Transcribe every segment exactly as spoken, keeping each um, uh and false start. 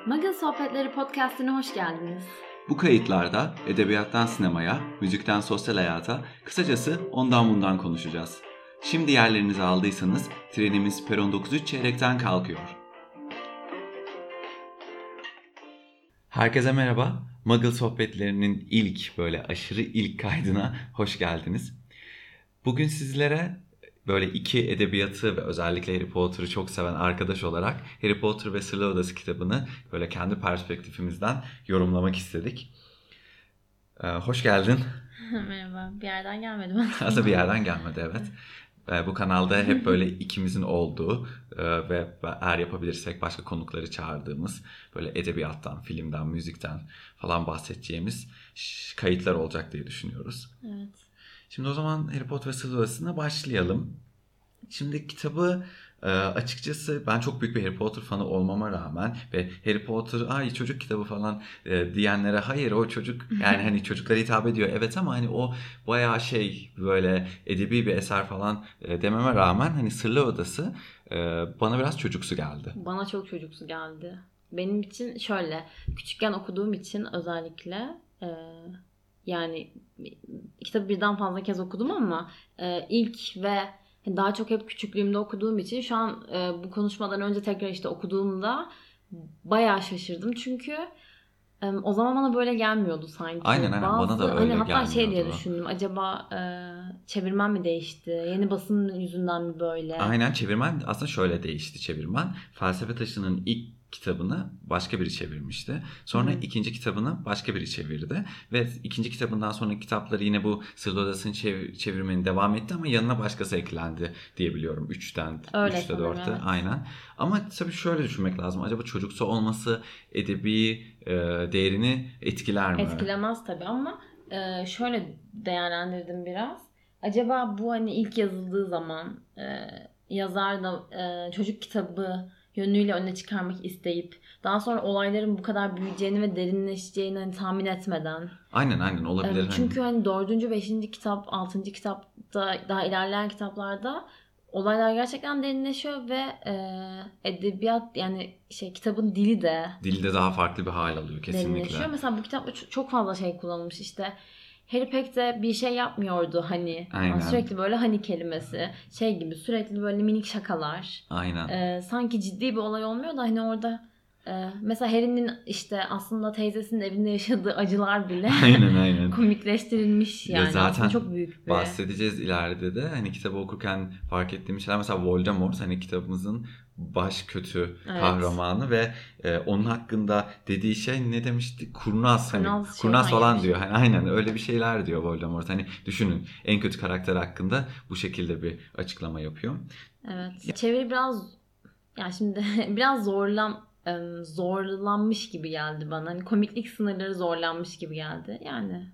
Muggle Sohbetleri podcast'ine hoş geldiniz. Bu kayıtlarda edebiyattan sinemaya, müzikten sosyal hayata, kısacası ondan bundan konuşacağız. Şimdi yerlerinizi aldıysanız trenimiz peron dokuz üç çeyrekten kalkıyor. Herkese merhaba. Muggle Sohbetlerinin ilk böyle aşırı ilk kaydına hoş geldiniz. Bugün sizlere böyle iki edebiyatı ve özellikle Harry Potter'ı çok seven arkadaş olarak Harry Potter ve Sırlı Odası kitabını böyle kendi perspektifimizden yorumlamak istedik. Ee, hoş geldin. Merhaba. Bir yerden gelmedim aslında. Aslında bir yerden gelmedi, evet. Ee, bu kanalda hep böyle ikimizin olduğu e, ve eğer yapabilirsek başka konukları çağırdığımız böyle edebiyattan, filmden, müzikten falan bahsedeceğimiz kayıtlar olacak diye düşünüyoruz. Evet. Şimdi o zaman Harry Potter ve Sırlı Odası'na başlayalım. Şimdi kitabı e, açıkçası ben çok büyük bir Harry Potter fanı olmama rağmen ve Harry Potter ay çocuk kitabı falan e, diyenlere hayır o çocuk yani hani çocuklara hitap ediyor evet ama hani o bayağı şey böyle edebi bir eser falan e, dememe rağmen hani Sırlı Odası e, bana biraz çocuksu geldi. Bana çok çocuksu geldi. Benim için şöyle küçükken okuduğum için özellikle e, yani kitabı birden fazla kez okudum ama e, ilk ve daha çok hep küçüklüğümde okuduğum için şu an e, bu konuşmadan önce tekrar işte okuduğumda bayağı şaşırdım. Çünkü e, o zaman bana böyle gelmiyordu sanki. Aynen aynen Bazı, bana da öyle hani gelmiyordu. hatta şey diye düşündüm. Acaba e, çevirmen mi değişti? Yeni basın yüzünden mi böyle? Aynen çevirmen aslında şöyle değişti çevirmen. Felsefe Taşı'nın ilk kitabını başka biri çevirmişti. Sonra Hı-hı. ikinci kitabını başka biri çevirdi. Ve ikinci kitabından sonraki kitapları yine bu Sırlı Odası'nın çev- çevirmeni devam etti ama yanına başkası eklendi diyebiliyorum. Üçten, Öyle üçte dörtte evet. Aynen. Ama tabii şöyle düşünmek lazım. Acaba çocuksu olması edebi e, değerini etkiler mi? Etkilemez tabii ama e, şöyle değerlendirdim biraz. Acaba bu hani ilk yazıldığı zaman e, yazar da e, çocuk kitabı yönüyle öne çıkarmak isteyip daha sonra olayların bu kadar büyüyeceğini ve derinleşeceğini hani tahmin etmeden. Aynen aynen olabilir. E, çünkü hani dördüncü, beşinci kitap, altıncı kitapta daha ilerleyen kitaplarda olaylar gerçekten derinleşiyor ve e, edebiyat yani şey kitabın dili de Dilde daha farklı bir hal alıyor kesinlikle. Derinleşiyor. Mesela bu kitapta çok fazla şey kullanılmış işte. Harry pek de bir şey yapmıyordu hani. Aynen. Sürekli böyle hani kelimesi. Şey gibi sürekli böyle minik şakalar. Aynen. Ee, sanki ciddi bir olay olmuyor da hani orada e, mesela Harry'nin işte aslında teyzesinin evinde yaşadığı acılar bile aynen, aynen. komikleştirilmiş yani. Ya zaten aslında çok büyük bir. Bahsedeceğiz ileride de hani kitabı okurken fark ettiğim şeyler mesela Voldemort hani kitabımızın baş kötü evet. kahramanı ve e, onun hakkında dediği şey ne demişti? Kurnaz hani kurnaz, kurnaz falan diyor. Hani aynen öyle bir şeyler diyor Voldemort. Hani düşünün en kötü karakter hakkında bu şekilde bir açıklama yapıyor. Evet. Çeviri biraz yani şimdi biraz zorlan zorlanmış gibi geldi bana. Hani komiklik sınırları zorlanmış gibi geldi. Yani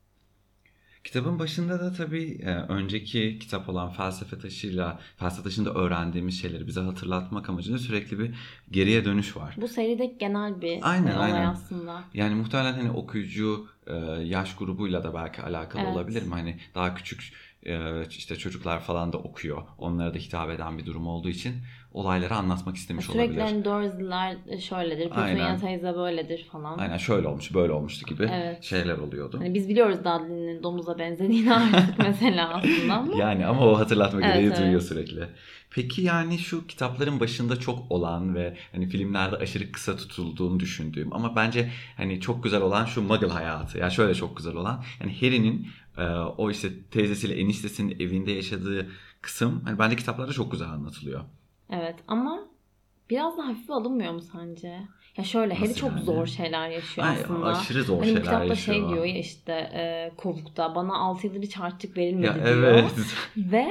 kitabın başında da tabii önceki kitap olan Felsefe Taşı'yla Felsefe Taşı'nda öğrendiğimiz şeyleri bize hatırlatmak amacıyla sürekli bir geriye dönüş var. Bu seride genel bir aynen, olay aynen. aslında. Yani muhtemelen hani okuyucu yaş grubuyla da belki alakalı evet. olabilir mi? Hani daha küçük işte çocuklar falan da okuyor. Onlara da hitap eden bir durum olduğu için olayları anlatmak istemiş Sürekli olabilir. Sürekli Dursley'ler şöyledir, Petunia teyze böyledir falan. Aynen şöyle olmuş, böyle olmuştu gibi evet. şeyler oluyordu. Hani biz biliyoruz Dudley'nin domuza benzediğini artık mesela aslında ama. Yani ama o hatırlatma gereği evet, duyuyor evet. sürekli. Peki yani şu kitapların başında çok olan ve hani filmlerde aşırı kısa tutulduğunu düşündüğüm ama bence hani çok güzel olan şu Muggle hayatı. Yani şöyle çok güzel olan yani Harry'nin e, o işte teyzesiyle eniştesinin evinde yaşadığı kısım hani bence kitaplarda çok güzel anlatılıyor. Evet ama biraz da hafife alınmıyor mu sence? Ya şöyle Harry çok yani? zor şeyler yaşıyor Ay, aslında. Aşırı zor hani şeyler kitapta yaşıyor. şey diyor ya işte e, kovukta bana altı yıldır hiç harçlık verilmedi ya, diyor. Evet. Ve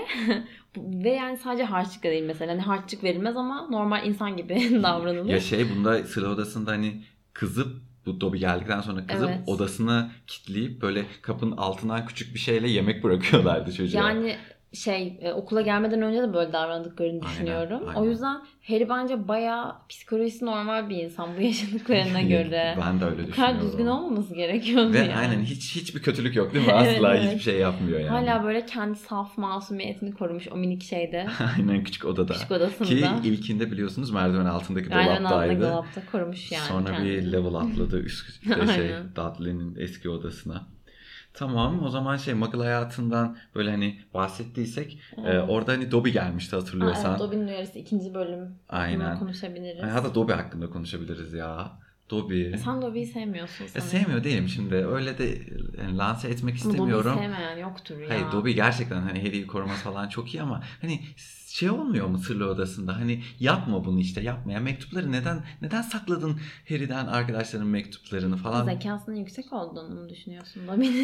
ve yani sadece harçlık da değil mesela. Hani harçlık verilmez ama normal insan gibi davranılır. Ya şey bunda Sırlı Odası'nda hani kızıp bu Dobby geldikten sonra kızıp evet. odasına kilitleyip böyle kapının altından küçük bir şeyle yemek bırakıyorlardı çocuğa. Yani şey e, okula gelmeden önce de böyle davrandıklarını düşünüyorum. Aynen, aynen. O yüzden Harry bence bayağı psikolojisi normal bir insan bu yaşadıklarına göre. Ben de öyle bu düşünüyorum. Bu kadar düzgün olmaması gerekiyordu Ve yani. aynen hiç hiçbir kötülük yok değil mi? Asla evet, hiçbir şey yapmıyor yani. Hala böyle kendi saf masumiyetini korumuş o minik şeyde. Aynen küçük odada. Küçük odasında. Ki ilkinde biliyorsunuz merdiven altındaki Merdiven dolaptaydı. altındaki dolapta korumuş yani. Sonra kendini. bir level atladı üst işte şey Dudley'nin eski odasına. Tamam, o zaman şey Muggle hayatından böyle hani bahsettiysek evet. e, orada hani Dobby gelmişti hatırlıyorsan. Aa, evet, Dobby'nin uyarısı ikinci bölüm. Aynen. Konuşabiliriz. Yani hatta Dobby hakkında konuşabiliriz ya. Dobby. E sen Dobby'yi sevmiyorsun sanırım. E, sevmiyor değilim şimdi. Öyle de yani lanse etmek istemiyorum. Dobby'yi sevmeyen yoktur ya. Hayır, Dobby gerçekten hani Harry'i koruması falan çok iyi ama hani şey olmuyor mu Sırlı Odası'nda? Hani yapma bunu işte yapma. Ya mektupları neden neden sakladın Harry'den arkadaşların mektuplarını falan? Zekasının yüksek olduğunu mu düşünüyorsun Dobby'nin?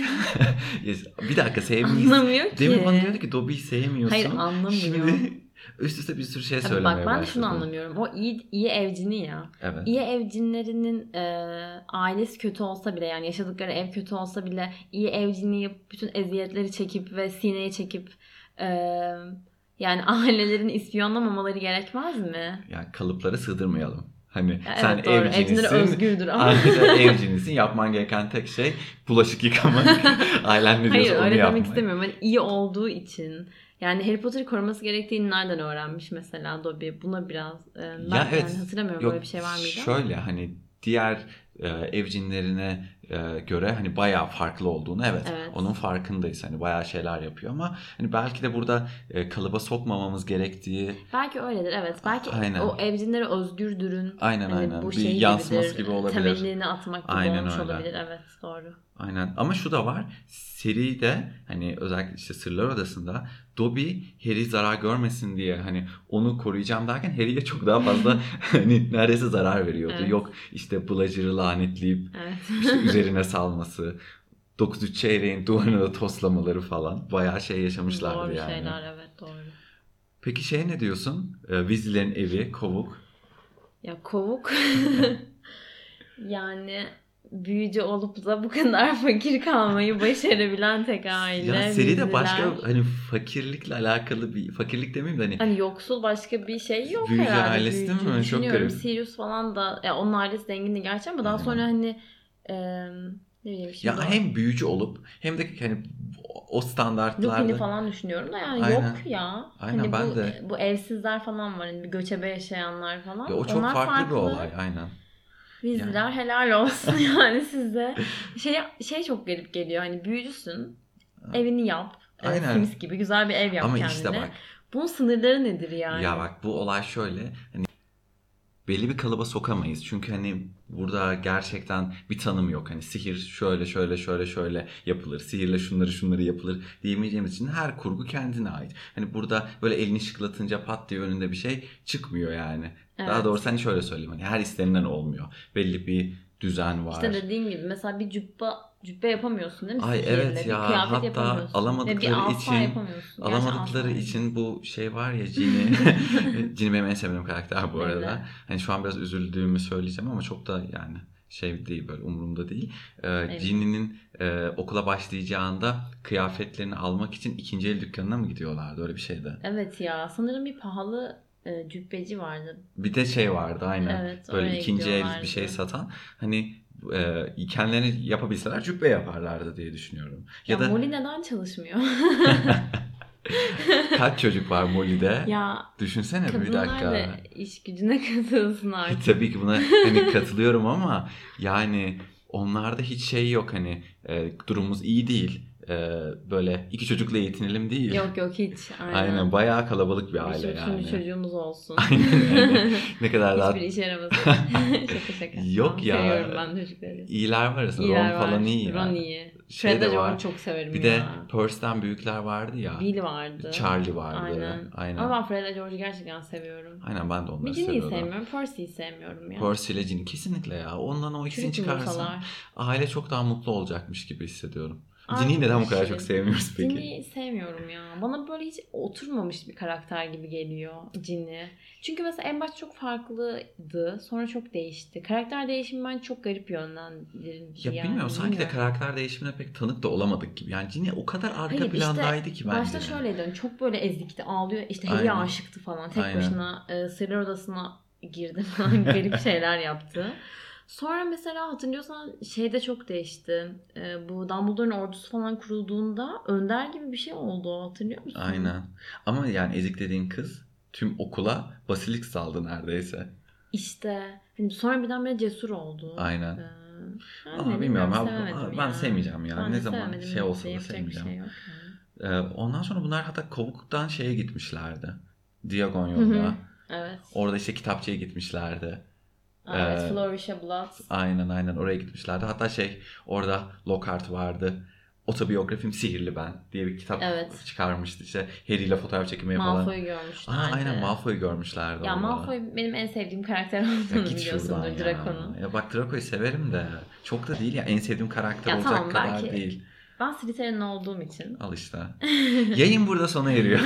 Bir dakika sevmiyorsun. Anlamıyor ki. Demin bana diyordu ki Dobby'yi sevmiyorsun. Hayır anlamıyor. Şimdi üst üste bir sürü şey Tabii söylemeye başladı. Bak ben de şunu anlamıyorum. O iyi, iyi evcini ya. Evet. İyi evcinlerinin e, ailesi kötü olsa bile yani yaşadıkları ev kötü olsa bile iyi evcini yapıp bütün eziyetleri çekip ve sineye çekip e, yani ailelerini ispiyonlamamaları gerekmez mi? Yani kalıplara sığdırmayalım. Hani evet, sen doğru. evcinisin. Evcinleri özgürdür ama. Aynen evcinisin. Yapman gereken tek şey bulaşık yıkamak. Ailen ne diyorsa Hayır, onu öyle yapmak. demek istemiyorum. Hani iyi olduğu için. Yani Harry Potter'ı koruması gerektiğini nereden öğrenmiş mesela Dobby? Buna biraz e, ben ya evet, yani hatırlamıyorum yok, böyle bir şey var mıydı? Şöyle hani diğer e, evcinlerine e, göre hani bayağı farklı olduğunu evet, evet onun farkındayız. Hani bayağı şeyler yapıyor ama hani belki de burada e, kalıba sokmamamız gerektiği. Belki öyledir evet. Belki aynen. O evcinleri özgürdürün. Aynen hani aynen. Bu bir yansıması gibidir. gibi olabilir. Temelini atmak gibi aynen olmuş öyle. olabilir. Evet doğru. Aynen ama şu da var. Seride hani özellikle işte Sırlar Odası'nda Dobby Harry zarar görmesin diye hani onu koruyacağım derken Harry'ye çok daha fazla hani neredeyse zarar veriyordu. Evet. Yok işte Bludger'ı lanetleyip evet. işte üzerine salması, dokuz üç çeyreğin duvarına da toslamaları falan bayağı şey yaşamışlardı doğru yani. Doğru şeyler evet doğru. Peki şey ne diyorsun? Ee, Weasley'lerin evi Kovuk. Ya Kovuk yani büyücü olup da bu kadar fakir kalmayı başarabilen tek aile. Ya seride başka hani fakirlikle alakalı bir fakirlik demeyeyim de hani. Hani yoksul başka bir şey yok büyücü herhalde. Ailesi büyücü değil mi? Çok garip. Sirius falan da ya onun ailesi zengindi gerçi ama daha Aynen. sonra hani e, ne bileyim şimdi. Ya o... hem büyücü olup hem de hani o standartlarda. Lupin'i falan düşünüyorum da yani Aynen. yok ya. Aynen hani ben bu, de. Bu evsizler falan var hani bir göçebe yaşayanlar falan. Ya o çok Onlar farklı, farklı bir olay aynen. Bizler yani. Helal olsun yani size. Şey şey çok garip geliyor. Hani büyücüsün. Evini yap. Aynen. Sims gibi güzel bir ev yap Ama kendine. Işte bak, bunun sınırları nedir yani? Ya bak bu olay şöyle. Hani belli bir kalıba sokamayız. Çünkü hani burada gerçekten bir tanım yok. Hani sihir şöyle şöyle şöyle şöyle yapılır. Sihirle şunları şunları yapılır diyemeyeceğimiz için her kurgu kendine ait. Hani burada böyle elini şıklatınca pat diye önünde bir şey çıkmıyor yani. Evet. Daha doğrusu hani şöyle söyleyeyim. Hani her istenilen olmuyor. Belli bir düzen var. İşte dediğim gibi mesela bir cübba cübbe yapamıyorsun değil mi? Ay Sihirle. evet ya. Bir kıyafet hatta yapamıyorsun. alamadıkları için alamadıkları için bu şey var ya Ginny. Ginny benim en sevdiğim karakter bu arada. Evet. Hani şu an biraz üzüldüğümü söyleyeceğim ama çok da yani şey değil böyle umurumda değil. Ee, evet. Ginny'nin e, okula başlayacağında kıyafetlerini almak için ikinci el dükkanına mı gidiyorlardı? Öyle bir şeydi. Evet ya. Sanırım bir pahalı e, cübbeci vardı. Bir de şey vardı aynen. Evet, böyle ikinci el bir şey satan. Hani e, kendilerini yapabilseler cübbe yaparlardı diye düşünüyorum. Ya, ya da Molly neden çalışmıyor? Kaç çocuk var Molly'de? Ya düşünsene bir dakika. Kadınlar da iş gücüne katılsın artık. Tabii ki buna hani katılıyorum ama yani onlarda hiç şey yok hani e, durumumuz iyi değil. Ee, böyle iki çocukla yetinelim değil. Yok yok hiç. Aynen. Aynen bayağı kalabalık bir aile Üçüncü yani. çocuğumuz olsun. Aynen. Ne kadar daha. Hiçbir işe yaramasın. şaka şaka. Yok tamam, ya. Seviyorum ben çocukları. İyiler var aslında. İyiler Ron var. falan iyi ya. Ron iyi. Şey Fred de George'u var. çok severim bir ya. de Percy'den büyükler vardı ya. Bill vardı. Charlie vardı. Aynen. Aynen. Ama ben Fred George'u gerçekten seviyorum. Aynen ben de onları Ginny'yi seviyorum. sevmiyorum. Percy'yi sevmiyorum ya. Percy ile Ginny kesinlikle ya. Ondan o ikisini çıkarsan aile çok daha mutlu olacakmış gibi hissediyorum. Ginny'yi neden bu kadar çok sevmiyoruz peki? Ginny'yi sevmiyorum ya. Bana böyle hiç oturmamış bir karakter gibi geliyor Ginny. Çünkü mesela en başta çok farklıydı. Sonra çok değişti. Karakter değişimi ben çok garip yönlendirildi. Ya yani, bilmiyorum sanki de bilmiyorum. karakter değişimine pek tanık da olamadık gibi. Yani Ginny o kadar arka Hayır, plandaydı işte ki bence. başta şöyleydi. hani Çok böyle ezikti, ağlıyor. İşte Harry'e Aynen. aşıktı falan. Tek Aynen. başına e, sırlar odasına girdi falan. Garip şeyler yaptı. Sonra mesela hatırlıyorsan şey de çok değişti. E, bu Dumbledore'un ordusu falan kurulduğunda önder gibi bir şey oldu. o, Hatırlıyor musun? Aynen. Ama yani ezik dediğin kız tüm okula basilik saldı neredeyse. İşte hani sonra birdenbire cesur oldu. Aynen. Ee, ben Ama de bilmiyorum. bilmiyorum Ha, sevemedim ben ya. sevmeyeceğim ya. Ben Ne de zaman sevemedim. şey olsa da Yapacak bir sevmeyeceğim. şey yok yani. Ee, ondan sonra bunlar hatta kovuktan şeye gitmişlerdi. Diagon Hı yoluna. hı. Evet. Orada işte kitapçıya gitmişlerdi. Aa, evet, Ee, Flourish of Blood. Aynen aynen oraya gitmişlerdi. Hatta şey orada Lockhart vardı. Otobiyografim Sihirli Ben diye bir kitap Evet. çıkarmıştı. İşte Harry ile fotoğraf çekmeye falan. Malfoy'u görmüşlerdi. Aa, aynen Malfoy'u görmüşlerdi Ya orada. Malfoy benim en sevdiğim karakter Ya olduğunu git şuradan biliyorsundur ya. Draco'nun. Ya bak Draco'yu severim de çok da değil ya. En sevdiğim karakter Ya olacak tamam, kadar belki değil. ben Slytherin olduğum için Al işte. Yayın burada sona eriyor.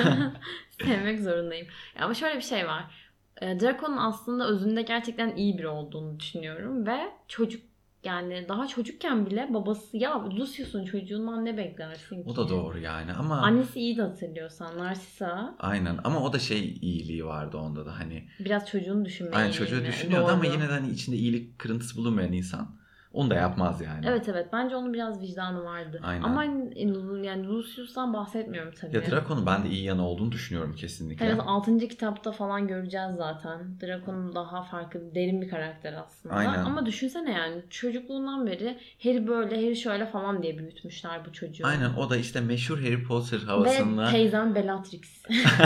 sevmek zorundayım. Ya ama şöyle bir şey var. E, Draco'nun aslında özünde gerçekten iyi biri olduğunu düşünüyorum ve çocuk yani daha çocukken bile babası ya Lucius'un çocuğundan ne beklersin ki? O da doğru yani ama Annesi iyi de hatırlıyorsan Narcissa aynen ama o da şey iyiliği vardı onda da hani biraz çocuğunu düşünme aynen iyiliği çocuğu mi? düşünüyordu ama Doğru. yine de hani içinde iyilik kırıntısı bulunmayan insan onu da yapmaz yani. Evet evet bence onun biraz vicdanı vardı. Aynen. Ama yani Lucius'tan bahsetmiyorum tabii. Ya Draco'nun ben de iyi yanı olduğunu düşünüyorum kesinlikle. Evet altıncı kitapta falan göreceğiz zaten. Draco'nun daha farklı, derin bir karakter aslında. Aynen. Ama düşünsene yani çocukluğundan beri Harry böyle, Harry şöyle falan diye büyütmüşler bu çocuğu. Aynen o da işte meşhur Harry Potter havasında. Ve teyzem Bellatrix.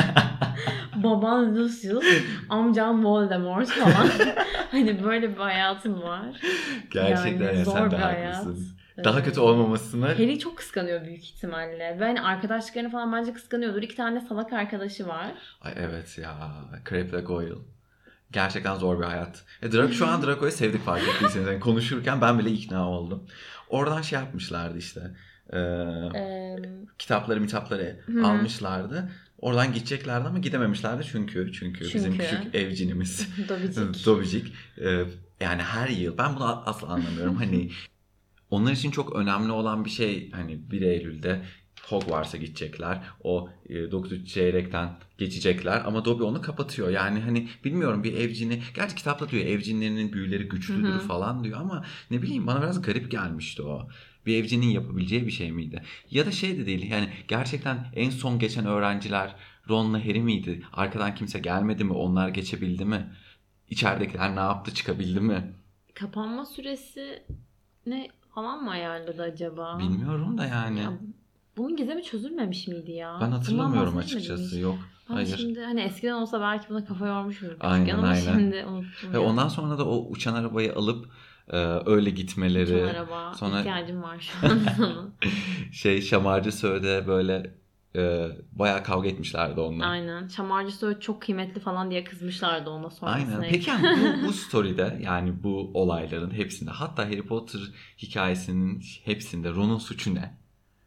Baban Lucius, amcam Voldemort falan. Hani böyle bir hayatım var. Gerçekten yani ya, zor sen de bir hayat. haklısın. Daha kötü olmamasını. Harry çok kıskanıyor büyük ihtimalle. Ve hani arkadaşlıklarını falan bence kıskanıyordur. İki tane salak arkadaşı var. Ay evet ya. Crabbe ile Goyle. Gerçekten zor bir hayat. E, Draco, şu an Draco'yu sevdik fark ettiyseniz. Yani konuşurken ben bile ikna oldum. Oradan şey yapmışlardı işte. E, Ee, kitapları mitapları Hı. almışlardı. Oradan gideceklerdi ama gidememişlerdi çünkü çünkü, Çünkü. bizim küçük evcinimiz Dobicik. Dobicik e, yani her yıl ben bunu asla anlamıyorum. Hani onlar için çok önemli olan bir şey hani bir Eylül'de Hogwarts'a gidecekler. O e, dokuzuncu çeyrekten geçecekler ama Dobby onu kapatıyor. Yani hani bilmiyorum bir evcini. Gerçi kitapta diyor evcinlerinin büyüleri güçlüdür Hı hı. falan diyor ama ne bileyim bana biraz garip gelmişti o. Bir evcinin yapabileceği bir şey miydi? Ya da şey de değil yani gerçekten en son geçen öğrenciler Ron'la Harry miydi? Arkadan kimse gelmedi mi? Onlar geçebildi mi? İçeridekiler ne yaptı? Çıkabildi mi? Kapanma süresi ne falan mı ayarladı acaba? Bilmiyorum da yani. Ya, bunun gizemi çözülmemiş miydi ya? Ben hatırlamıyorum Bundan bahsetmedim açıkçası. hiç. Yok. Ben Hayır. şimdi hani eskiden olsa belki buna kafa yormuşumdur küçükken Aynen, ama aynen. şimdi unuttum. Ve ya. ondan sonra da o uçan arabayı alıp e, öyle gitmeleri. Uçan araba. Sonra İhtiyacım var şu an sana. şey Şamarcı Söğüt'e böyle e, bayağı kavga etmişlerdi onunla. Aynen. Şamarcı Söğüt çok kıymetli falan diye kızmışlardı ona sonrasında. Aynen. Peki yani bu, bu story'de yani bu olayların hepsinde hatta Harry Potter hikayesinin hepsinde Ron'un suçu ne?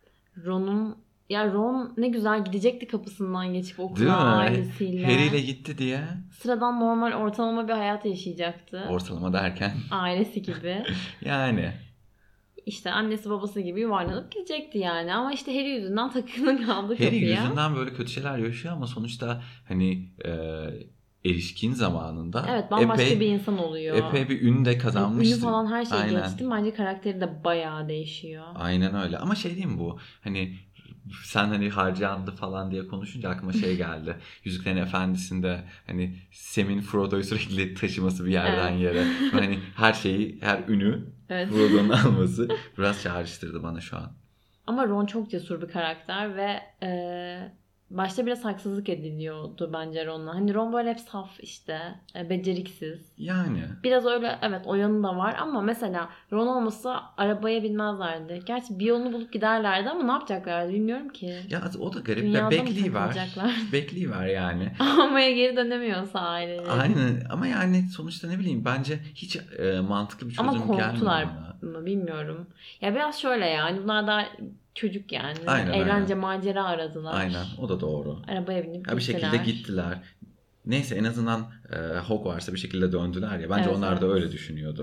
Ron'un ya Ron ne güzel gidecekti kapısından geçip Değil mi? okula ailesiyle. Harry ile gitti diye. Sıradan normal ortalama bir hayat yaşayacaktı. Ortalama derken. Ailesi gibi. Yani. İşte annesi babası gibi yuvarlanıp gidecekti yani. Ama işte Harry yüzünden takılı kaldı Harry kapıya. yüzünden böyle kötü şeyler yaşıyor ama sonuçta hani e, erişkin zamanında evet bambaşka epey, bir insan oluyor. Epey bir ün de kazanmıştı. Ünü falan her şey Aynen. geçti. Bence karakteri de bayağı değişiyor. Aynen öyle. Ama şey diyeyim bu. Hani sen hani harcandı falan diye konuşunca aklıma şey geldi. Yüzüklerin Efendisi'nde hani Sam'in Frodo'yu sürekli taşıması bir yerden Evet. yere. Hani her şeyi, her ünü Evet. Frodo'nun alması biraz çağrıştırdı bana şu an. Ama Ron çok cesur bir karakter ve e, başta biraz haksızlık ediliyordu bence Ron'la. Hani Ron böyle hep saf işte, e, beceriksiz. Yani. Biraz öyle evet o yanı da var ama mesela Ron olmasa arabaya binmezlerdi. Gerçi bir yolunu bulup giderlerdi ama ne yapacaklardı bilmiyorum ki. Ya o da garip. Dünyada mı Bekliyiver. takılacaklar? Bekliyiver yani. Almaya geri dönemiyorsa aileleri. Aynen ama yani sonuçta ne bileyim bence hiç e, mantıklı bir çözüm Ama gelmedi korktular bana. mı bilmiyorum. Ya biraz şöyle yani bunlar da çocuk yani. Aynen, Eğlence, aynen. macera aradılar. Aynen, o da doğru. Arabaya binip ya bir gittiler. şekilde gittiler. Neyse en azından e, Hogwarts'a bir şekilde döndüler ya. Bence Evet, onlar evet. da öyle düşünüyordu.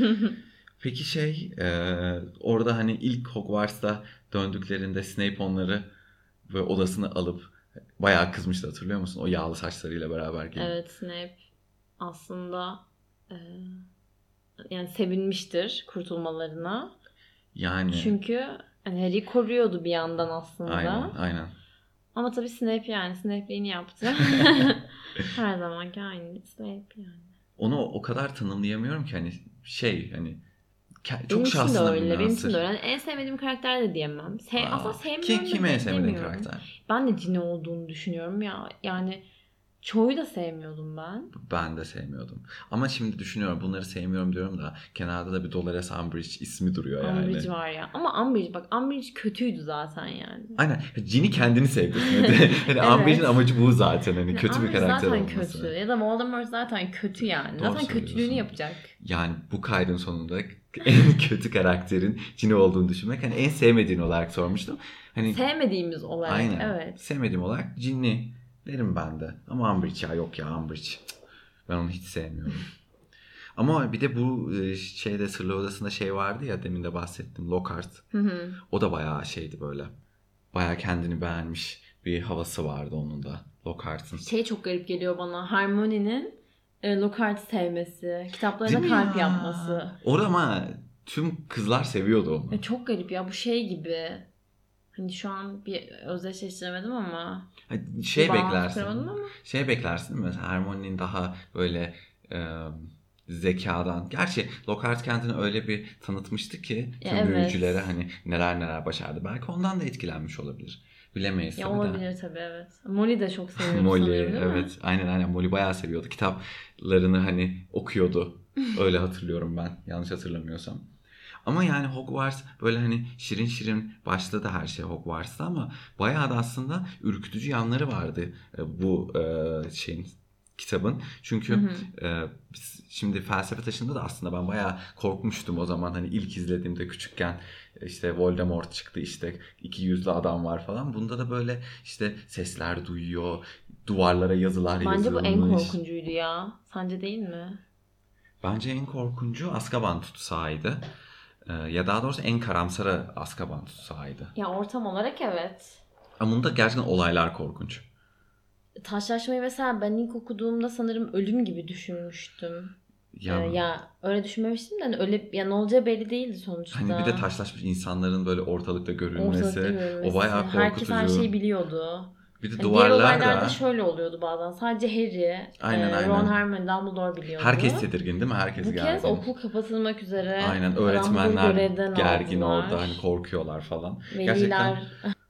Peki şey e, orada hani ilk Hogwarts'ta döndüklerinde Snape onları böyle odasına alıp bayağı kızmıştı, hatırlıyor musun? O yağlı saçlarıyla beraber gelip. Evet, Snape aslında e, yani sevinmiştir kurtulmalarına. Yani. Çünkü hani Harry'i koruyordu bir yandan aslında. Aynen, aynen. Ama tabii Snape yani Snape'liğini yaptı. Her zamanki aynı Snape yani. Onu o kadar tanımlayamıyorum ki hani şey hani çok benim için de öyle. münhasır. Benim için de öyle. Yani en sevmediğim karakter de diyemem. Se Aa, aslında sevmiyorum kim, da kim en sevmediğin demiyorum. karakter? Ben de Ginny olduğunu düşünüyorum ya. Yani çoğu da sevmiyordum ben. Ben de sevmiyordum. Ama şimdi düşünüyorum, bunları sevmiyorum diyorum da kenarda da bir Dolores Umbridge ismi duruyor yani. Umbridge var ya. Ama Umbridge bak Umbridge kötüydü zaten yani. Aynen. Ginny kendini sevdirmedi. hani evet. Umbridge'in amacı bu zaten. Hani kötü Umbridge bir karakter zaten olması. kötü. Ya da Voldemort zaten kötü yani. Doğru zaten kötülüğünü yapacak. Yani bu kaydın sonunda en kötü karakterin Ginny olduğunu düşünmek. Hani en sevmediğin olarak sormuştum. Hani sevmediğimiz olarak. Aynen. Evet. Sevmediğim olarak Ginny derim ben de. Ama Umbridge ya yok ya Umbridge. Ben onu hiç sevmiyorum. Ama bir de bu şeyde Sırlı Odası'nda şey vardı ya, demin de bahsettim, Lockhart. Hı hı. O da bayağı şeydi böyle. Bayağı kendini beğenmiş bir havası vardı onun da. Lockhart'ın. Şey çok garip geliyor bana. Hermione'nin e, Lockhart'ı sevmesi. Kitaplarına kalp ya? yapması. Orada ama tüm kızlar seviyordu onu. E, çok garip ya. Bu şey gibi. Hani şu an bir özdeşleştiremedim ama. Şey beklersin. Ama. Şey beklersin değil mi? Mesela Hermione'nin daha böyle e, zekadan. Gerçi Lockhart kendini öyle bir tanıtmıştı ki tüm evet. büyücülere hani neler neler başardı. Belki ondan da etkilenmiş olabilir. Bilemeyiz ya tabii olabilir de. Tabii evet. Molly de çok seviyordu Molly, sanırım değil evet. mi? Aynen aynen. Molly bayağı seviyordu. Kitaplarını hani okuyordu. Öyle hatırlıyorum ben. Yanlış hatırlamıyorsam. Ama yani Hogwarts böyle hani şirin şirin başladı her şey Hogwarts'ta ama bayağı da aslında ürkütücü yanları vardı bu şeyin, kitabın. Çünkü hı hı. E, şimdi Felsefe Taşı'nda da aslında ben bayağı korkmuştum o zaman, hani ilk izlediğimde küçükken. İşte Voldemort çıktı, işte iki yüzlü adam var falan. Bunda da böyle işte sesler duyuyor, duvarlara yazılar Bence yazılmış. Bence bu en korkuncuydu ya. Sence değil mi? Bence en korkuncu Azkaban tutsağıydı. Ee, ya daha doğrusu en karamsarı Azkaban tutsağıydı. Ya ortam olarak evet. Ama bunda gerçekten olaylar korkunç. Taşlaşmayı mesela ben ilk okuduğumda sanırım ölüm gibi düşünmüştüm. Ya, ee, ya öyle düşünmemiştim de hani öyle ya ne olacağı belli değildi sonuçta. Hani bir de taşlaşmış insanların böyle ortalıkta görünmesi, ortalıkta görünmesi. O bayağı korkutucu. Herkes her şeyi biliyordu. Bir de yani duvarlar diğer olaylarda da şöyle oluyordu bazen. Sadece Harry, aynen, e, aynen. Ron, Hermione, Dumbledore biliyordu. Herkes tedirgin değil mi? Herkes Bu gergin. kez okul kapatılmak üzere. Aynen, öğretmenler gergin aldılar. Orada hani korkuyorlar falan. Veliler. Gerçekten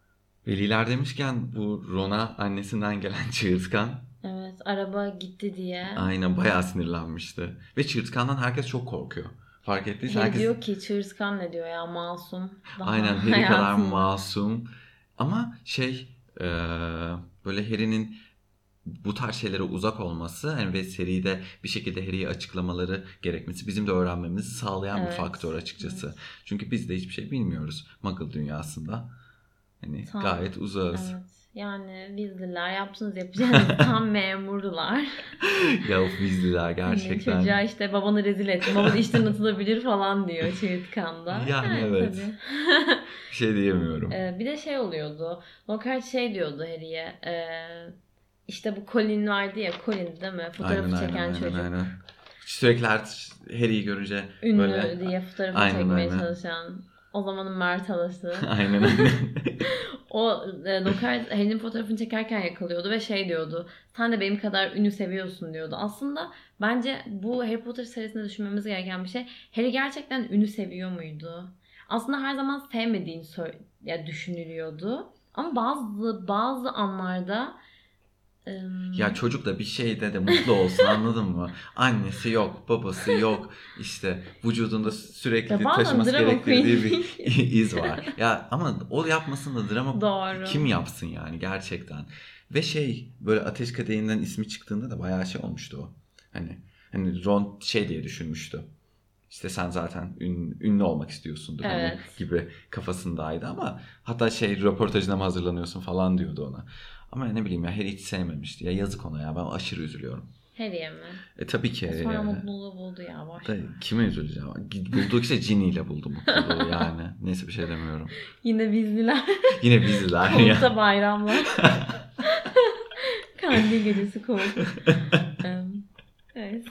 veliler demişken bu Ron'a annesinden gelen çığırtkan. Evet, araba gitti diye. Aynen, bayağı sinirlenmişti. Ve çığırtkandan herkes çok korkuyor. Fark ettiysen Harry herkes diyor ki çığırtkan ne diyor ya, masum. Daha aynen, Harry kadar masum. Ama şey e, böyle Harry'nin bu tarz şeylere uzak olması yani ve seride bir şekilde Harry'yi açıklamaları gerekmesi bizim de öğrenmemizi sağlayan evet. bir faktör açıkçası. Evet. Çünkü biz de hiçbir şey bilmiyoruz Muggle dünyasında. Hani tam, gayet uzağız. Evet. Yani Weasley'ler yaptınız yapacağınız tam memurdular. Ya of Weasley'ler gerçekten. Yani çocuğa işte babanı rezil ettim. Baban işten atılabilir falan diyor çığırtkanda. Yani, yani evet. Bir şey diyemiyorum. Ee, bir de şey oluyordu. Lockhart şey diyordu Harry'e. E, işte bu Colin vardı ya. Colin değil mi? Fotoğrafı aynen, çeken aynen, çocuk. Aynen aynen. Sürekli Harry'i görünce ünlü böyle diye fotoğrafı aynen, çekmeye aynen. çalışan. O zamanın Mert halası. Aynen aynen. O e, Lockhart Harry'nin fotoğrafını çekerken yakalıyordu ve şey diyordu. Sen de benim kadar ünü seviyorsun diyordu. Aslında bence bu Harry Potter serisinde düşünmemiz gereken bir şey. Harry gerçekten ünü seviyor muydu? Aslında her zaman sevmediğini sö- ya düşünülüyordu. Ama bazı bazı anlarda ya çocuk da bir şeyde de mutlu olsun anladın mı? Annesi yok, babası yok. İşte vücudunda sürekli ya taşıması gerektirdiği bir iz var. Ya ama o yapmasın da drama doğru. Kim yapsın yani gerçekten. Ve şey böyle Ateş Kadehi'nden ismi çıktığında da bayağı şey olmuştu o. Hani hani Ron şey diye düşünmüştü. İşte sen zaten ün, ünlü olmak istiyorsundur Evet. hani gibi kafasındaydı ama hatta şey röportajına mı hazırlanıyorsun falan diyordu ona. Ama ne bileyim ya Harry hiç sevmemişti. Ya yazık ona ya ben aşırı üzülüyorum. Harry'e mi? E tabii ki. Sonra yani. mutluluğu buldu ya. Boş Da, kime üzüleceğim? Bulduğu kişi Ginny ile buldu mutluluğu yani. Neyse bir şey demiyorum. Yine bizliler. Yine bizler ya. Kovukta bayramlar. Kandil gecesi kovuk. Evet.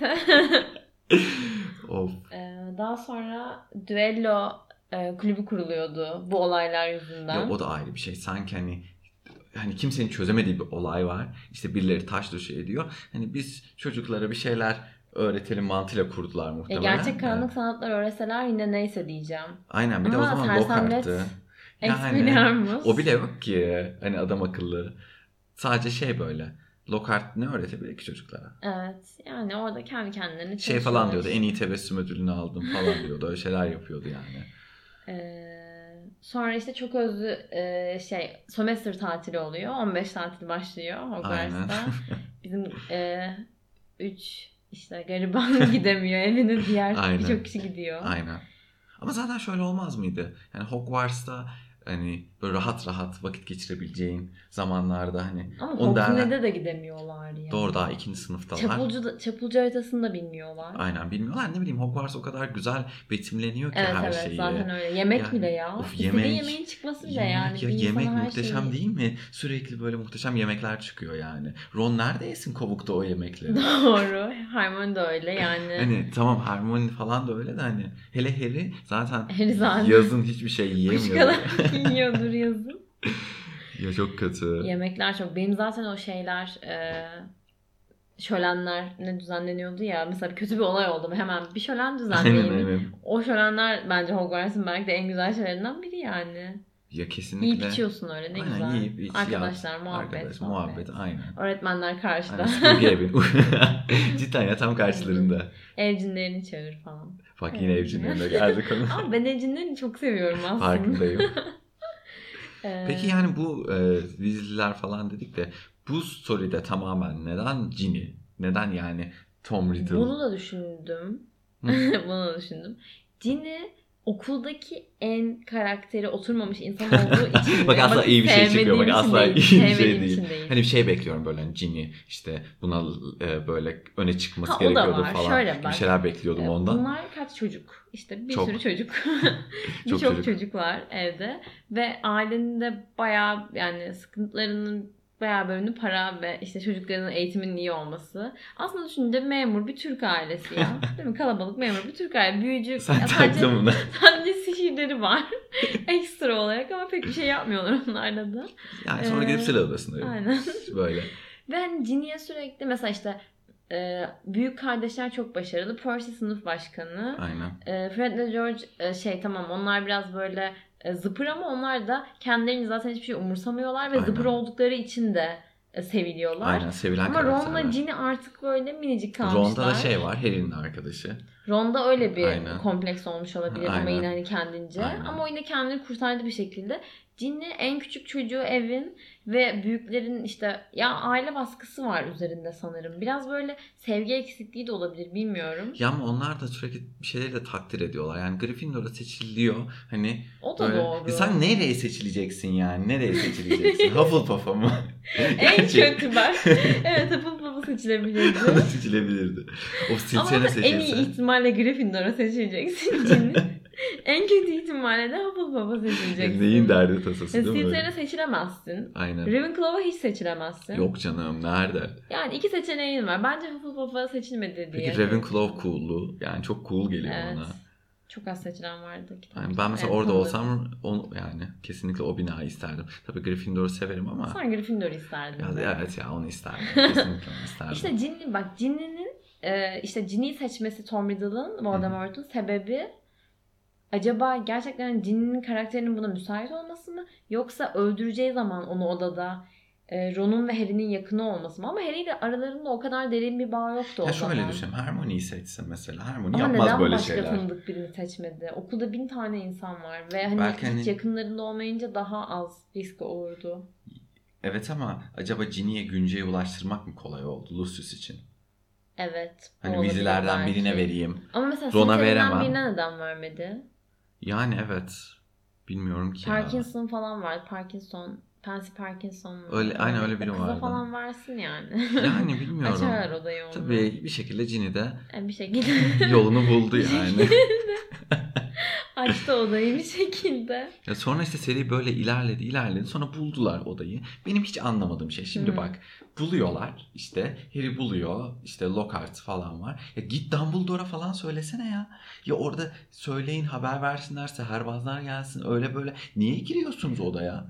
Of. Daha sonra düello kulübü kuruluyordu bu olaylar yüzünden. Ya o da ayrı bir şey. Sanki hani hani kimsenin çözemediği bir olay var. İşte birileri taş döşe ediyor. Hani biz çocuklara bir şeyler öğretelim mantığıyla kurdular muhtemelen. Ya gerçek karanlık sanatlar öğreseler yine neyse diyeceğim. Aynen bir de ama o zaman Lockhart'tı. Yani o bile yok ki. Hani adam akıllı. Sadece şey böyle. Lockhart ne öğretebilir ki çocuklara? Evet. Yani orada kendi kendilerine şey falan diyordu. En iyi tebessüm ödülünü aldım falan diyordu. Öyle şeyler yapıyordu yani. Ee, sonra işte çok özlü e, şey sömestr tatili oluyor. on beş tatil başlıyor Hogwarts'ta. Bizim e, üç işte gariban gidemiyor. Evine diğer birçok kişi gidiyor. Aynen. Ama zaten şöyle olmaz mıydı? Yani Hogwarts'ta hani böyle rahat rahat vakit geçirebileceğin zamanlarda hani. Ama Hogsmeade'e der... de gidemiyorlar ya. Doğru daha ikinci sınıftalar. Çapulcu, da, çapulcu haritasını da bilmiyorlar. Aynen bilmiyorlar. Ne bileyim Hogwarts o kadar güzel betimleniyor ki evet, her evet, şeyi. Evet zaten öyle. Yemek yani, bile ya. Of, yemek, İstediği yemeğin çıkması bile yemek yani. Ya, yemek muhteşem şeyi... değil mi? Sürekli böyle muhteşem yemekler çıkıyor yani. Ron nerede yesin kovukta o yemekleri? Doğru. Hermione de öyle yani. Hani tamam Hermione falan da öyle de hani. Hele Harry zaten, Harry zaten yazın hiçbir şey yiyemiyor. Kuşkalar yiyordur yazın. Ya çok kötü. Yemekler çok. Benim zaten o şeyler e, şölenler ne düzenleniyordu ya. Mesela kötü bir olay oldu. Hemen bir şölen düzenleyin. Aynen, aynen. O şölenler bence Hogwarts'ın belki de en güzel şeylerinden biri yani. Ya kesinlikle. Yiyip içiyorsun öyle ne aynen, güzel. Yiyip, iç, Arkadaşlar yat, muhabbet. Arkadaş, muhabbet. muhabbet aynen. Öğretmenler karşıda. Aynen, süpürge evin. Cidden ya tam karşılarında. Evcinlerini çağır falan. Bak yine evcinlerine geldik onu. Ama ben evcinlerini çok seviyorum aslında. Farkındayım. Peki yani bu e, Weasley'ler falan dedik de bu story'de tamamen neden Ginny? Neden yani Tom Riddle? Bunu da düşündüm. Bunu da düşündüm. Ginny okuldaki en karakteri oturmamış insan olduğu için. Bak asla iyi bir şey çıkıyor. Bak asla iyi bir şey değil. değil. Hani bir şey bekliyorum böyle hani Ginny işte buna e, böyle öne çıkması ha, gerekiyordu falan. Şöyle bak, bir şeyler bekliyordum ondan. Bunlar kaç çocuk? İşte bir çok. sürü çocuk. Birçok çocuk. çocuk var evde ve ailenin de bayağı yani sıkıntılarının bayağı bölümünü para ve işte çocuklarının eğitiminin iyi olması. Aslında düşününce memur bir Türk ailesi ya. Değil mi? Kalabalık memur bir Türk ailesi. Büyücü. Sen ya sadece, taktın buna. sadece sihirleri var. Ekstra olarak ama pek bir şey yapmıyorlar onlarla da. Yani sonra ee, gidip silah odasında. Aynen. Böyle. Ben Ginny'ye sürekli mesela işte e, büyük kardeşler çok başarılı. Percy sınıf başkanı. Aynen. E, Fred ve George e, şey tamam onlar biraz böyle zıpır ama onlar da kendilerini zaten hiçbir şey umursamıyorlar ve Aynen. zıpır oldukları için de seviliyorlar. Aynen sevilen ama karakterler. Ron'la Ginny artık böyle minicik kalmışlar. Ron'da da şey var Harry'nin arkadaşı. Ron'da öyle bir Aynen. kompleks olmuş olabilir Aynen. ama yine hani kendince. Aynen. Ama o yine kendini kurtardı bir şekilde. Ginny en küçük çocuğu evin ve büyüklerin işte ya aile baskısı var üzerinde sanırım. Biraz böyle sevgi eksikliği de olabilir bilmiyorum. Ya ama onlar da sürekli bir şeyleri de takdir ediyorlar. Yani Gryffindor'a seçiliyor. Hani o da böyle, doğru. Sen nereye seçileceksin yani? Nereye seçileceksin? Hufflepuff'a mı? En kötü ben. Evet Hufflepuff'a seçilebilirdi. seçilebilirdi. O seçene seçilse. En iyi ihtimalle Gryffindor'a seçileceksin Ginny. En kötü ihtimalle de Hufflepuff'a seçileceksin. Neyin derdi tasası değil mi? Slytherin'e seçilemezsin. Aynen. Ravenclaw'a hiç seçilemezsin. Yok canım nerede? Yani iki seçeneğin var. Bence Hufflepuff'a seçilmedi diye. Peki Ravenclaw cool'luğu. Yani çok cool geliyor evet. ona. Çok az seçilen vardı. Yani ben mesela evet, orada olsam onu, yani kesinlikle o binayı isterdim. Tabii Gryffindor'u severim ama. Sen Gryffindor'u isterdin. Ya, evet ya onu isterdim. Kesinlikle onu isterdim. İşte Ginny bak Ginny'nin e, işte Ginny'yi seçmesi Tom Riddle'ın Voldemort'un sebebi acaba gerçekten Ginny'nin karakterinin buna müsait olması mı? Yoksa öldüreceği zaman onu odada Ron'un ve Harry'nin yakını olması mı? Ama Harry ile aralarında o kadar derin bir bağ yoktu o ya zaman. Ya şöyle düşün. Hermione'yi seçsin mesela. Hermione yapmaz böyle şeyler. Ama neden başka tanıdık birini seçmedi? Okulda bin tane insan var. Ve hani Belki hiç hani... yakınlarında olmayınca daha az risk olurdu. Evet ama acaba Ginny'ye günceye ulaştırmak mı kolay oldu Lucius için? Evet. Hani olabilir Weasley'lerden belki. birine vereyim. Ama mesela Ron'a Slytherin'den veremem. birine neden vermedi? Yani evet. Bilmiyorum ki ya. Parkinson falan vardı. Parkinson. Pansy Parkinson mu? Öyle, aynen öyle biri O kıza vardı. falan versin yani. Yani bilmiyorum. Açarlar odayı onunla. Tabii bir şekilde Ginny de Yani bir şekilde. yolunu buldu Bir yani. şekilde. Açtı odayı bir şekilde. Ya sonra işte seri böyle ilerledi ilerledi sonra buldular odayı. Benim hiç anlamadığım şey şimdi Hmm. bak buluyorlar işte Harry buluyor işte Lockhart falan var. Ya git Dumbledore'a falan söylesene ya. Ya orada söyleyin haber versinler seherbazlar gelsin öyle böyle. Niye giriyorsunuz odaya?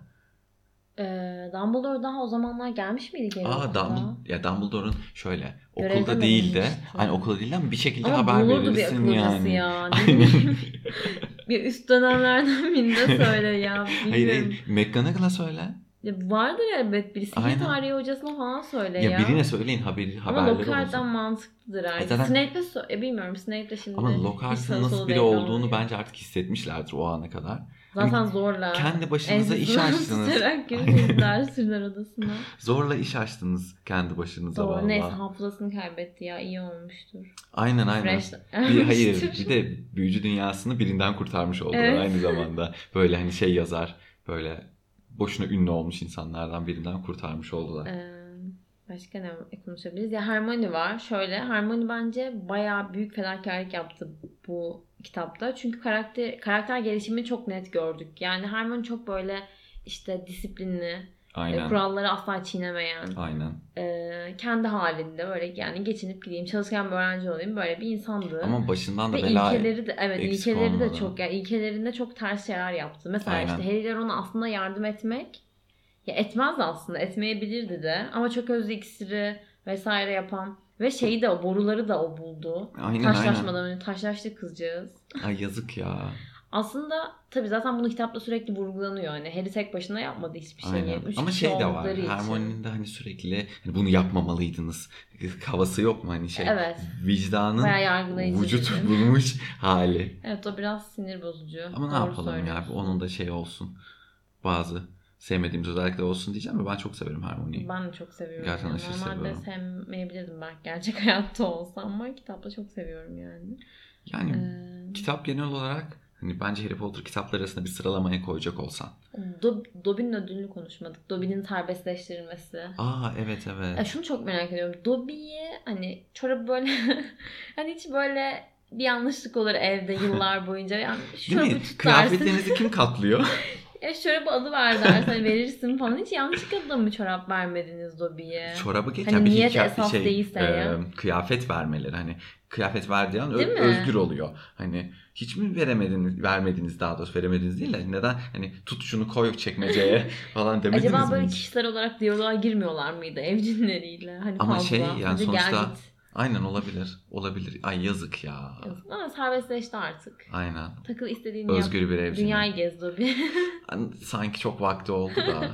Ee, Dumbledore daha o zamanlar gelmiş miydi geri Aa okulda? Dumbledore, ya Dumbledore'un şöyle Görevden okulda değil de alınmıştı. hani okulda değil ama bir şekilde Ama haber bulurdu bir verirsin akıl hocası yani. ya. Ne Aynen. bileyim. Bir üst dönemlerden birinde söyle ya. Hayır Bilmiyorum. hayır McGonagall'a söyle. Ya vardır elbet biri. Sihir Aynen. tarihi hocasına falan söyle Ya ya. birine söyleyin haberi, Ama haberleri Lockhart'tan olsun. mantıklıdır E herhalde. zaten- Snape'e so- e, bilmiyorum. Snape de şimdi Ama hiç Lockhart'ın sağı nasıl solu biri belli olduğunu olmuyor. bence artık hissetmişlerdir o ana kadar. Zaten Hani zorla. kendi başınıza iş ensesinden açtınız. tutarak götürdüler sürüler odasına. Zorla iş açtınız kendi başınıza Doğru. vallahi. Neyse hafızasını kaybetti ya. İyi olmuştur. Aynen aynen. Fresh Bir, hayır olmuştur. bir de büyücü dünyasını birinden kurtarmış oldular Evet. aynı zamanda. Böyle hani şey yazar böyle boşuna ünlü olmuş insanlardan birinden kurtarmış oldular. Ee, başka ne konuşabiliriz? Ya Hermione var. Şöyle Hermione bence bayağı büyük fedakarlık yaptı bu kitapta. Çünkü karakter karakter gelişimini çok net gördük. Yani Hermione çok böyle işte disiplinli, Aynen. kuralları asla çiğnemeyen, Aynen. e, kendi halinde böyle yani geçinip gideyim, çalışkan bir öğrenci olayım böyle bir insandı. Ama başından da Ve bela ilkeleri de evet eksik ilkeleri de olmadı. çok yani ilkelerinde çok ters şeyler yaptı. Mesela Aynen. işte Harry'ler ona aslında yardım etmek ya etmezdi aslında, etmeyebilirdi de ama çok özlü iksiri vesaire yapan ve şeyi de o boruları da o buldu. Aynen Taşlaşmadan aynen. önce taşlaştı kızcağız. Ay yazık ya. Aslında tabii zaten bunu kitapta sürekli vurgulanıyor. Hani Harry tek başına yapmadı hiçbir şeyi. Aynen. Üç Ama kişi şey de var. oldukları için. Hermione'nin de hani sürekli hani bunu yapmamalıydınız havası yok mu hani şey Evet. vicdanın Bayağı yargılayıcı vücut dedi. bulmuş hali. Evet o biraz sinir bozucu. Ama ne Doğru yapalım ya söylüyorsun. onun da şey olsun. Bazı sevmediğimiz özellikler olsun diyeceğim ve ben çok severim Hermione'yi. Ben de çok seviyorum. Gerçekten Yani. aşırı Normalde seviyorum. sevmeyebilirdim belki gerçek hayatta olsa ama kitapta çok seviyorum yani. Yani Ee, kitap genel olarak hani bence Harry Potter kitapları arasında bir sıralamaya koyacak olsan. Do- Dobby'nin ödülünü konuşmadık. Dobby'nin serbestleştirilmesi. Aa evet evet. Ya şunu çok merak ediyorum. Dobby'yi hani çorabı böyle hani hiç böyle bir yanlışlık olur evde yıllar boyunca. Yani şu Değil mi? çorabı tut dersin. Kıyafetlerinizi kim katlıyor? Ya çorabı alıver dersin hani verirsin falan. Hiç yanlışlıkla da mı çorap vermediniz Dobby'ye? Çorabı geç. Hani Yani bir niyet hikaye- esas şey, değilse e, ya. kıyafet vermeleri hani kıyafet verdiği an ö- Değil mi? özgür oluyor. Hani hiç mi veremediniz, vermediniz daha doğrusu veremediniz değil de neden hani tut şunu koy çekmeceye falan demediniz Acaba mi böyle hiç? kişisel olarak diyaloğa girmiyorlar mıydı evcinleriyle? Hani Ama fazla. şey yani Hadi gel sonuçta git. aynen olabilir. Olabilir. Ay yazık ya. Yazık. Ama serbestleşti artık. Aynen. Takıl istediğini yap. Özgür bir evcini. Dünyayı gez Dobby. Hani sanki çok vakti oldu da.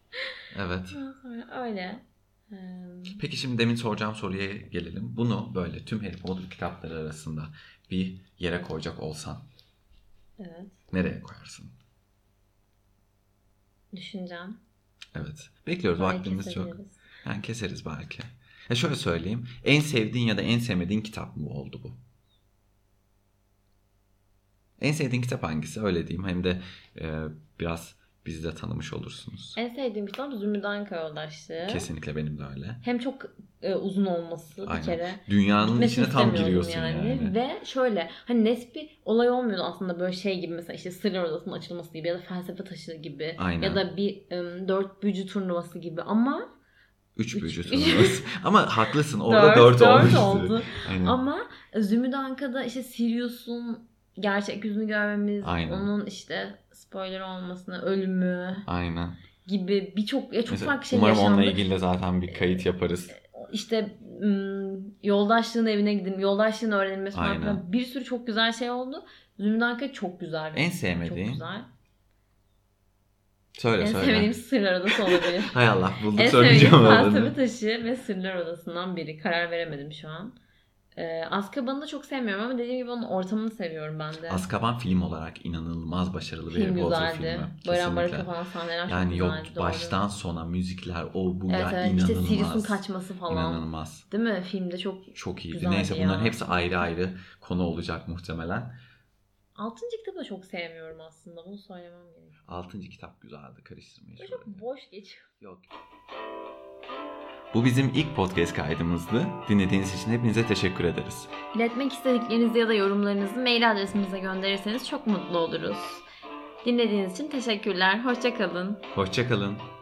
Evet. Sonra öyle. Ee, Peki şimdi demin soracağım soruya gelelim. Bunu böyle tüm Harry Potter kitapları arasında bir yere koyacak olsan evet. nereye koyarsın? Düşüneceğim. Evet. Bekliyoruz. Orayı Vaktimiz çok. kesebiliriz. Yani keseriz belki. Ya şöyle söyleyeyim. En sevdiğin ya da en sevmediğin kitap mı oldu bu? En sevdiğin kitap hangisi? Öyle diyeyim. Hem de e, biraz bizi de tanımış olursunuz. En sevdiğim kitap Zümrüt Anka Yoldaşlığı. Kesinlikle benim de öyle. Hem çok e, uzun olması bir Aynen. kere. Dünyanın Bitmesini içine tam istemiyordum giriyorsun yani. yani. Ve şöyle hani net bir olay olmuyordu aslında böyle şey gibi mesela işte Sırlar Odası'nın açılması gibi ya da felsefe taşı gibi. Aynen. Ya da bir um, dört büyücü turnuvası gibi ama Üç Üç- büyücü turnuvası. Ama haklısın. Orada dört, dört, olmuştu. oldu. Aynen. Ama Zümrüt Anka'da işte Sirius'un gerçek yüzünü görmemiz, Aynen. onun işte spoiler olmasına, ölümü Aynen. gibi birçok ya çok Mesela, farklı şey umarım yaşandı. onunla ilgili de zaten bir kayıt yaparız. İşte ım, yoldaşlığın evine gidin, yoldaşlığın öğrenilmesi falan Aynen. filan. Bir sürü çok güzel şey oldu. Zümrüt Anka çok güzel. En sevmediğin? Çok güzel. Söyle En söyle. sevmediğim Sırlar Odası olabilir. Hay Allah bulduk En söyleyeceğim sevdiğim olanı. felsefe taşı ve Sırlar Odası'ndan biri. Karar veremedim şu an. Ee, Azkaban'ı da çok sevmiyorum ama dediğim gibi onun ortamını seviyorum ben de. Azkaban film olarak inanılmaz başarılı bir Film Harry Potter güzeldi. filmi. Baran Baraka Kesinlikle. falan sahneler çok Yani yok güzeldi. Doğru. baştan sona müzikler o bu Evet ya evet işte inanılmaz. Sirius'un kaçması falan. İnanılmaz. Değil mi? Filmde çok Çok iyiydi. güzeldi Neyse ya. bunların hepsi ayrı ayrı konu olacak muhtemelen. Altıncı kitabı da çok sevmiyorum aslında. Bunu söylemem gerekiyor. Altıncı kitap güzeldi. Karıştırmayın. Böyle çok boş geçiyor. Yok. Bu bizim ilk podcast kaydımızdı. Dinlediğiniz için hepinize teşekkür ederiz. İletmek istediklerinizi ya da yorumlarınızı mail adresimize gönderirseniz çok mutlu oluruz. Dinlediğiniz için teşekkürler. Hoşça kalın. Hoşça kalın.